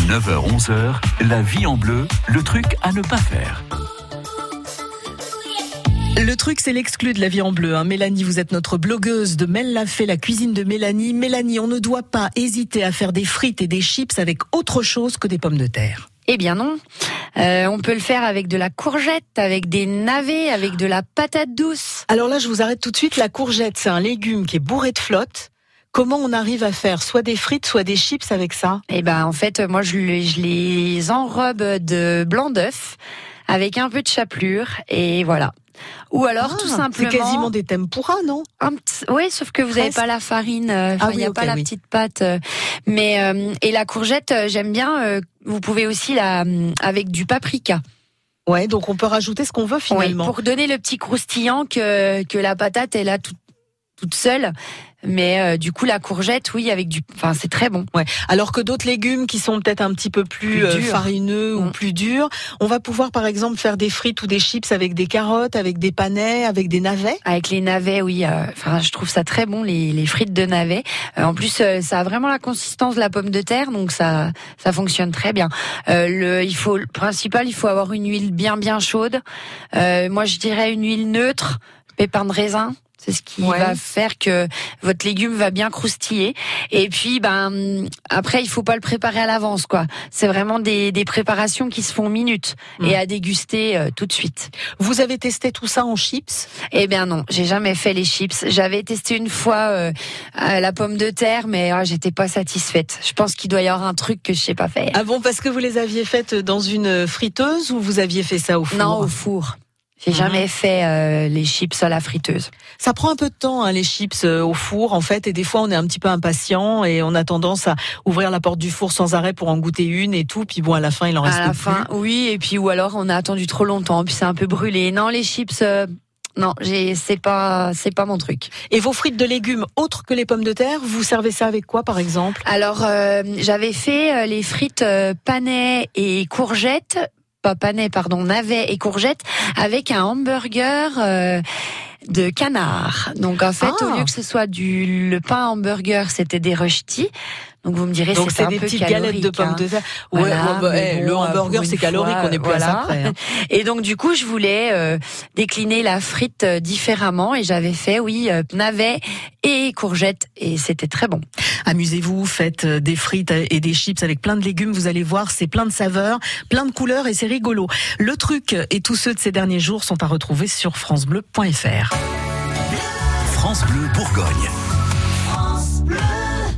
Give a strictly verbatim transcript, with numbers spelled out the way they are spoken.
neuf heures onze heures, la vie en bleu, le truc à ne pas faire. Le truc, c'est l'exclu de la vie en bleu. Hein. Mélanie, vous êtes notre blogueuse de Mel l'a fait, la cuisine de Mélanie. Mélanie, on ne doit pas hésiter à faire des frites et des chips avec autre chose que des pommes de terre. Eh bien non, euh, on peut le faire avec de la courgette, avec des navets, avec de la patate douce. Alors là, je vous arrête tout de suite. La courgette, c'est un légume qui est bourré de flotte. Comment on arrive à faire soit des frites, soit des chips avec ça? Eh ben en fait, moi je les, je les enrobe de blanc d'œuf avec un peu de chapelure et voilà. Ou alors ah, tout simplement. C'est quasiment des tempura, non? Un petit, oui, sauf que vous n'avez pas la farine, euh, ah il n'y oui, a okay, pas la oui. petite pâte. Euh, mais euh, et la courgette, euh, j'aime bien. Euh, vous pouvez aussi la euh, avec du paprika. Ouais, donc on peut rajouter ce qu'on veut finalement. Oui, pour donner le petit croustillant que que la patate elle a toute toute seule. Mais euh, du coup la courgette, oui, avec du, enfin c'est très bon. Ouais. Alors que d'autres légumes qui sont peut-être un petit peu plus, plus euh, farineux mmh. ou plus durs, on va pouvoir par exemple faire des frites ou des chips avec des carottes, avec des panais, avec des navets. Avec les navets, oui. Euh, enfin, je trouve ça très bon les les frites de navets. Euh, en plus, euh, ça a vraiment la consistance de la pomme de terre, donc ça ça fonctionne très bien. Euh, le, il faut le principal, il faut avoir une huile bien bien chaude. Euh, moi, je dirais une huile neutre, pépins de raisin. C'est ce qui ouais. va faire que votre légume va bien croustiller. Et puis, ben après, il faut pas le préparer à l'avance, quoi. C'est vraiment des, des préparations qui se font en minutes mmh. et à déguster euh, tout de suite. Vous avez testé tout ça en chips? Eh bien non, j'ai jamais fait les chips. J'avais testé une fois euh, la pomme de terre, mais ah, j'étais pas satisfaite. Je pense qu'il doit y avoir un truc que je sais pas faire. Ah bon, parce que vous les aviez faites dans une friteuse ou vous aviez fait ça au four? Non, au four. J'ai mmh. jamais fait euh, les chips à la friteuse. Ça prend un peu de temps, hein, les chips euh, au four, en fait, et des fois on est un petit peu impatient et on a tendance à ouvrir la porte du four sans arrêt pour en goûter une et tout, puis bon, à la fin, il en reste plus. À la fin, oui, et puis ou alors on a attendu trop longtemps, puis c'est un peu brûlé. Non, les chips, euh, non, j'ai, c'est pas, c'est pas mon truc. Et vos frites de légumes, autres que les pommes de terre, vous servez ça avec quoi, par exemple? Alors, euh, j'avais fait euh, les frites euh, panais et courgettes. Pas panais, pardon, navets et courgettes avec un hamburger euh, de canard. Donc en fait, ah. au lieu que ce soit du le pain hamburger, c'était des rösti. Donc vous me direz, donc c'est, c'est un des peu petites calorique, galettes de pommes hein. de terre. Ouais, voilà, ouais bah, hey, bon, le hamburger c'est calorique, fois, on n'est plus voilà. à ça près. Hein. Et donc du coup, je voulais euh, décliner la frite euh, différemment et j'avais fait, oui, euh, navets et courgettes et c'était très bon. Amusez-vous, faites des frites et des chips avec plein de légumes. Vous allez voir, c'est plein de saveurs, plein de couleurs et c'est rigolo. Le truc et tous ceux de ces derniers jours sont à retrouver sur francebleu point f r. France Bleu Bourgogne.